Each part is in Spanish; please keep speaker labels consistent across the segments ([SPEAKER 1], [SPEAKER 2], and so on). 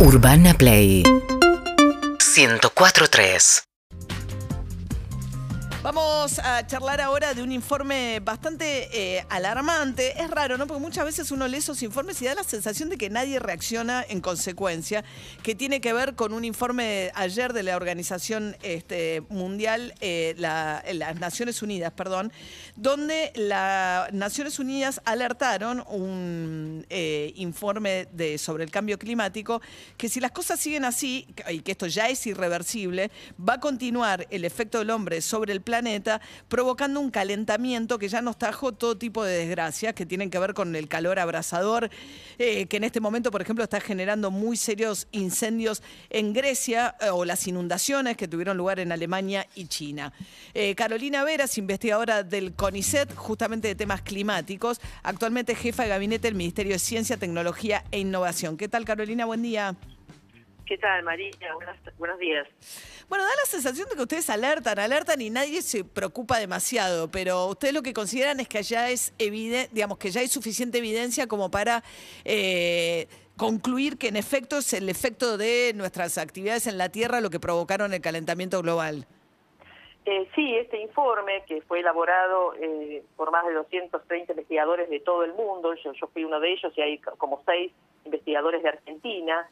[SPEAKER 1] Urbana Play 104.3.
[SPEAKER 2] Vamos a charlar ahora de un informe bastante alarmante. Es raro, ¿no? Porque muchas veces uno lee esos informes y da la sensación de que nadie reacciona en consecuencia, que tiene que ver con un informe ayer de la Organización Mundial, las Naciones Unidas, perdón, donde las Naciones Unidas alertaron un informe sobre el cambio climático, que si las cosas siguen así, y que esto ya es irreversible, va a continuar el efecto del hombre sobre el planeta, provocando un calentamiento que ya nos trajo todo tipo de desgracias que tienen que ver con el calor abrasador, que en este momento, por ejemplo, está generando muy serios incendios en Grecia, o las inundaciones que tuvieron lugar en Alemania y China. Carolina Veras, investigadora del CONICET, justamente de temas climáticos, actualmente jefa de gabinete del Ministerio de Ciencia, Tecnología e Innovación. ¿Qué tal, Carolina? Buen día.
[SPEAKER 3] ¿Qué tal, María? Buenos días.
[SPEAKER 2] Bueno, da la sensación de que ustedes alertan y nadie se preocupa demasiado, pero ustedes lo que consideran es que ya es evidente, digamos, que ya hay suficiente evidencia como para concluir que en efecto es el efecto de nuestras actividades en la Tierra lo que provocaron el calentamiento global.
[SPEAKER 3] Sí, este informe que fue elaborado por más de 230 investigadores de todo el mundo, yo fui uno de ellos y hay como 6 investigadores de Argentina,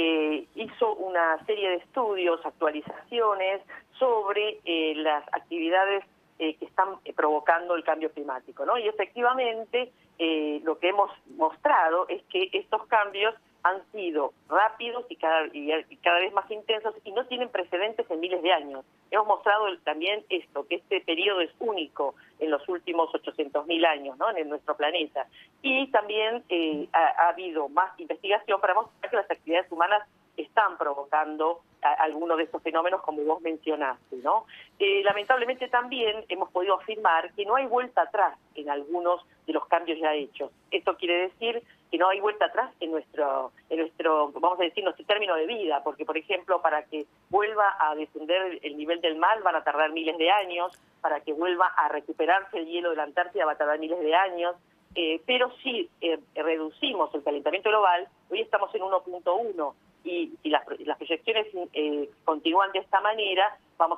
[SPEAKER 3] hizo una serie de estudios, actualizaciones sobre las actividades que están provocando el cambio climático, ¿no? Y efectivamente lo que hemos mostrado es que estos cambios han sido rápidos y cada vez más intensos y no tienen precedentes en miles de años. Hemos mostrado también esto, que este periodo es único en los últimos 800.000 años, ¿no? En nuestro planeta. Y también ha habido más investigación para mostrar que las actividades humanas están provocando algunos de estos fenómenos, como vos mencionaste, ¿no? Lamentablemente también hemos podido afirmar que no hay vuelta atrás en algunos de los cambios ya hechos. Esto quiere decir que no hay vuelta atrás en nuestro, vamos a decir, nuestro término de vida, porque, por ejemplo, para que vuelva a descender el nivel del mar van a tardar miles de años, para que vuelva a recuperarse el hielo de la Antártida va a tardar miles de años, pero si reducimos el calentamiento global, hoy estamos en 1.1, y si las proyecciones continúan de esta manera, vamos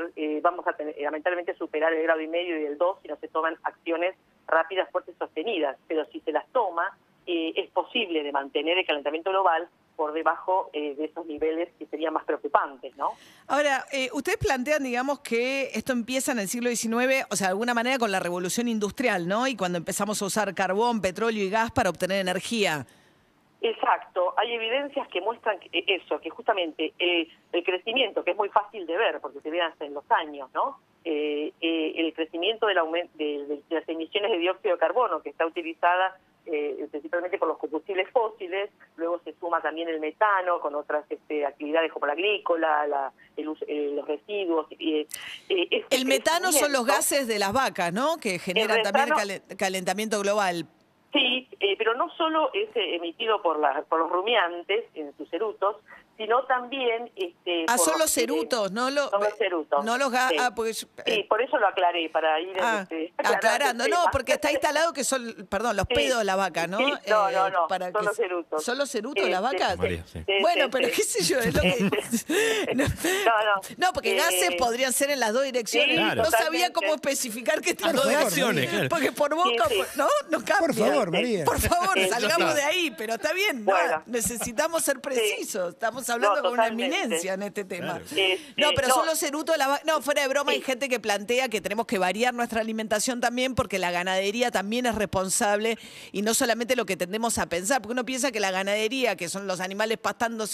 [SPEAKER 3] a tener, lamentablemente superar el 1,5 grados y el 2 si no se toman acciones rápidas, fuertes, sostenidas. Pero si se las toma, es posible de mantener el calentamiento global por debajo de esos niveles que serían más preocupantes, ¿no?
[SPEAKER 2] Ahora, ustedes plantean, digamos, que esto empieza en el siglo XIX, o sea, de alguna manera con la revolución industrial, ¿no? Y cuando empezamos a usar carbón, petróleo y gas para obtener energía.
[SPEAKER 3] Exacto, hay evidencias que muestran eso, que justamente el crecimiento, que es muy fácil de ver, porque se ve hasta en los años, ¿no? El crecimiento de las emisiones de dióxido de carbono, que está utilizada principalmente por los combustibles fósiles, luego se suma también el metano con otras actividades como la agrícola, los residuos.
[SPEAKER 2] El metano son los gases de las vacas, ¿no? Que generan también calentamiento global.
[SPEAKER 3] Sí, pero no solo es emitido por los rumiantes en sus cerutos, sino también...
[SPEAKER 2] son los cerutos, ¿no?
[SPEAKER 3] Son los cerutos.
[SPEAKER 2] No los gases...
[SPEAKER 3] Sí. Sí, por eso lo aclaré, para ir
[SPEAKER 2] aclarando. No, porque está instalado que son, perdón, los pedos de la vaca, ¿no?
[SPEAKER 3] Sí, no, son los cerutos.
[SPEAKER 2] ¿Son los cerutos de las vacas?
[SPEAKER 4] María, sí.
[SPEAKER 2] Bueno, pero qué sé yo, es lo que... No, porque gases podrían ser en las dos direcciones.
[SPEAKER 3] Sí,
[SPEAKER 4] claro.
[SPEAKER 2] No sabía cómo especificar que estas dos direcciones.
[SPEAKER 4] Claro.
[SPEAKER 2] Porque por boca, ¿no? Nos cambia.
[SPEAKER 5] Por favor, María.
[SPEAKER 2] Por favor, salgamos de ahí, pero está bien,
[SPEAKER 3] bueno,
[SPEAKER 2] necesitamos ser precisos. Estamos hablando con una eminencia en este tema.
[SPEAKER 4] Claro.
[SPEAKER 2] No, pero son los cerutos de la vaca. No, fuera de broma, hay gente que plantea que tenemos que variar nuestra alimentación también porque la ganadería también es responsable y no solamente lo que tendemos a pensar, porque uno piensa que la ganadería, que son los animales pastando,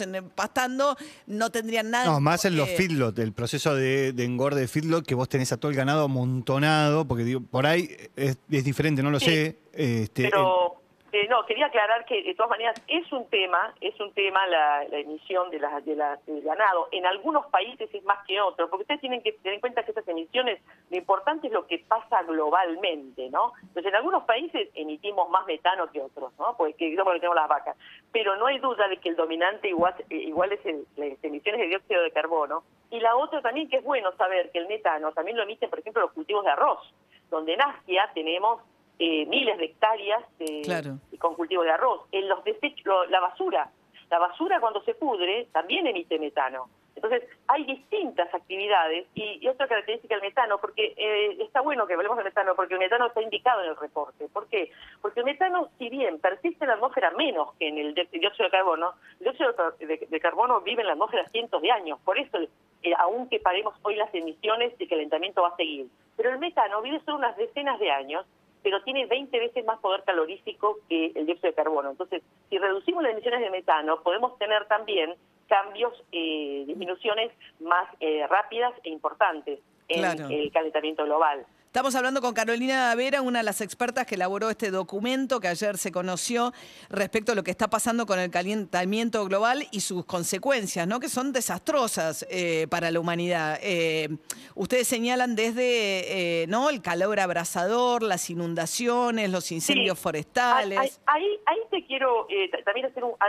[SPEAKER 2] no tendrían nada.
[SPEAKER 5] No, más en los feedlot, el proceso de engorde de feedlot, que vos tenés a todo el ganado amontonado, porque digo, por ahí es diferente, no lo sé.
[SPEAKER 3] Pero no, quería aclarar que de todas maneras es un tema la emisión del ganado. En algunos países es más que otros, porque ustedes tienen que tener en cuenta que estas emisiones, lo importante es lo que pasa globalmente, ¿no? Entonces, en algunos países emitimos más metano que otros, ¿no? Porque tenemos las vacas. Pero no hay duda de que el dominante igual es las emisiones de dióxido de carbono. Y la otra también, que es bueno saber que el metano también lo emiten, por ejemplo, los cultivos de arroz, donde en Asia tenemos miles de hectáreas con cultivo de arroz. En los desechos, la basura La basura cuando se pudre también emite metano. Entonces, hay distintas actividades y otra característica del metano, porque está bueno que hablemos de metano, porque el metano está indicado en el reporte. ¿Por qué? Porque el metano, si bien persiste en la atmósfera menos que en el dióxido de carbono, el dióxido de carbono vive en la atmósfera cientos de años. Por eso, aunque paremos hoy las emisiones, el calentamiento va a seguir. Pero el metano vive solo unas decenas de años, pero tiene 20 veces más poder calorífico que el dióxido de carbono. Entonces, si reducimos las emisiones de metano, podemos tener también cambios, disminuciones más rápidas e importantes en el calentamiento global.
[SPEAKER 2] Estamos hablando con Carolina Vera, una de las expertas que elaboró este documento que ayer se conoció respecto a lo que está pasando con el calentamiento global y sus consecuencias, ¿no? Que son desastrosas para la humanidad. Ustedes señalan desde ¿no? el calor abrasador, las inundaciones, los incendios forestales.
[SPEAKER 3] Ahí te quiero también hacer un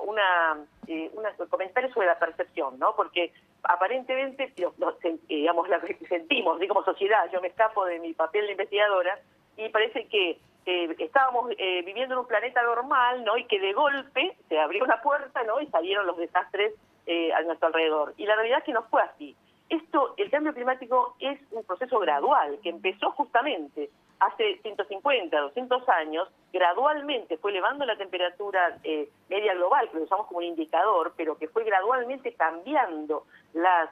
[SPEAKER 3] comentario sobre la percepción, ¿no? Porque aparentemente, digamos, la que sentimos, como sociedad, yo me escapo de mi papel de investigadora y parece que estábamos viviendo en un planeta normal, ¿no? Y que de golpe se abrió una puerta, ¿no? Y salieron los desastres a nuestro alrededor. Y la realidad es que no fue así. El cambio climático es un proceso gradual que empezó justamente hace 150, 200 años, gradualmente fue elevando la temperatura media global, que lo usamos como un indicador, pero que fue gradualmente cambiando la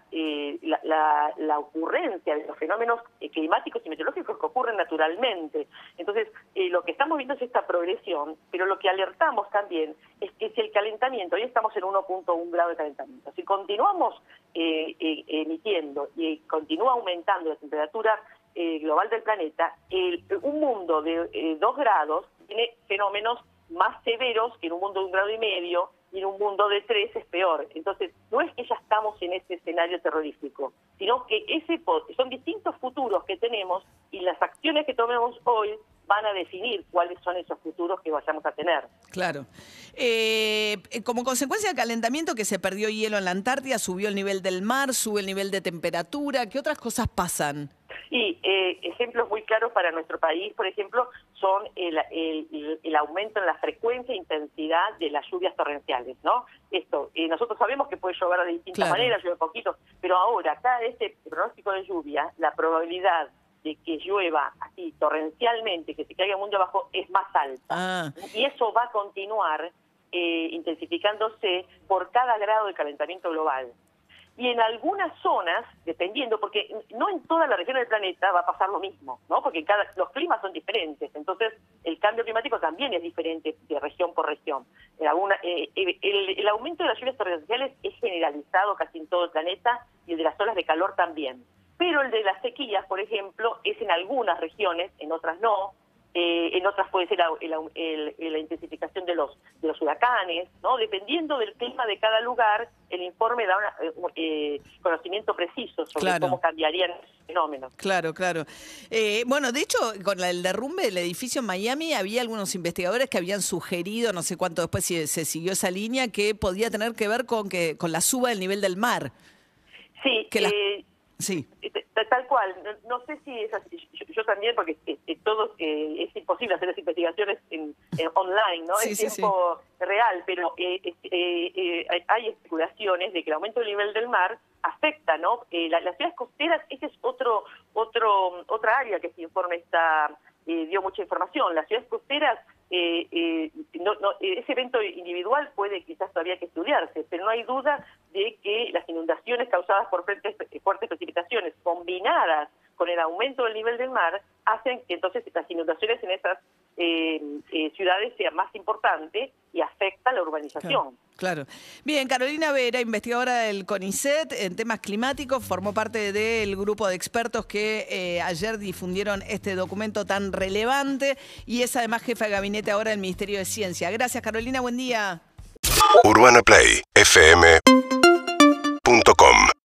[SPEAKER 3] ocurrencia de los fenómenos climáticos y meteorológicos que ocurren naturalmente. Entonces, lo que estamos viendo es esta progresión, pero lo que alertamos también es que si el calentamiento, hoy estamos en 1.1 grado de calentamiento, si continuamos emitiendo y continúa aumentando la temperatura global del planeta, un mundo de 2 grados tiene fenómenos más severos que en un mundo de 1,5 grados, y en un mundo de 3 es peor. Entonces, no es que ya estamos en ese escenario terrorífico, sino que son distintos futuros que tenemos y las acciones que tomemos hoy van a definir cuáles son esos futuros que vayamos a tener.
[SPEAKER 2] Claro. Como consecuencia del calentamiento, que se perdió hielo en la Antártida, subió el nivel del mar, sube el nivel de temperatura. ¿Qué otras cosas pasan?
[SPEAKER 3] Y ejemplos muy claros para nuestro país, por ejemplo, son el aumento en la frecuencia e intensidad de las lluvias torrenciales, ¿no? Nosotros sabemos que puede llover de distintas maneras, llueve poquito, pero ahora, cada este pronóstico de lluvia, la probabilidad de que llueva así torrencialmente, que se caiga el mundo abajo, es más alta. Y eso va a continuar intensificándose por cada grado de calentamiento global. Y en algunas zonas, dependiendo, porque no en toda la región del planeta va a pasar lo mismo, ¿no? Porque los climas son diferentes, entonces el cambio climático también es diferente de región por región. El aumento de las lluvias torrenciales es generalizado casi en todo el planeta y el de las olas de calor también. Pero el de las sequías, por ejemplo, es en algunas regiones, en otras no. En otras puede ser la intensificación de los huracanes, ¿no? Dependiendo del clima de cada lugar, el informe da un conocimiento preciso sobre cómo cambiarían los fenómenos.
[SPEAKER 2] Claro. Bueno, de hecho, con el derrumbe del edificio en Miami, había algunos investigadores que habían sugerido, no sé cuánto después si se siguió esa línea, que podía tener que ver con la suba del nivel del mar.
[SPEAKER 3] Sí,
[SPEAKER 2] sí.
[SPEAKER 3] Tal cual. No sé si es así. Yo también, porque es imposible hacer las investigaciones online, ¿no? En tiempo real, pero hay especulaciones de que el aumento del nivel del mar afecta, ¿no? Las ciudades costeras, ese es otra área que este informe dio mucha información. Las ciudades costeras, ese evento individual puede quizás todavía que estudiarse, pero no hay duda de que las inundaciones causadas por fuertes precipitaciones combinadas con el aumento del nivel del mar hacen que entonces las inundaciones en esas ciudades sean más importantes y afectan la urbanización.
[SPEAKER 2] Claro. Bien, Carolina Vera, investigadora del CONICET en temas climáticos, formó parte del grupo de expertos que ayer difundieron este documento tan relevante y es además jefa de gabinete ahora del Ministerio de Ciencia. Gracias, Carolina, buen día.
[SPEAKER 1] UrbanaPlayFM.com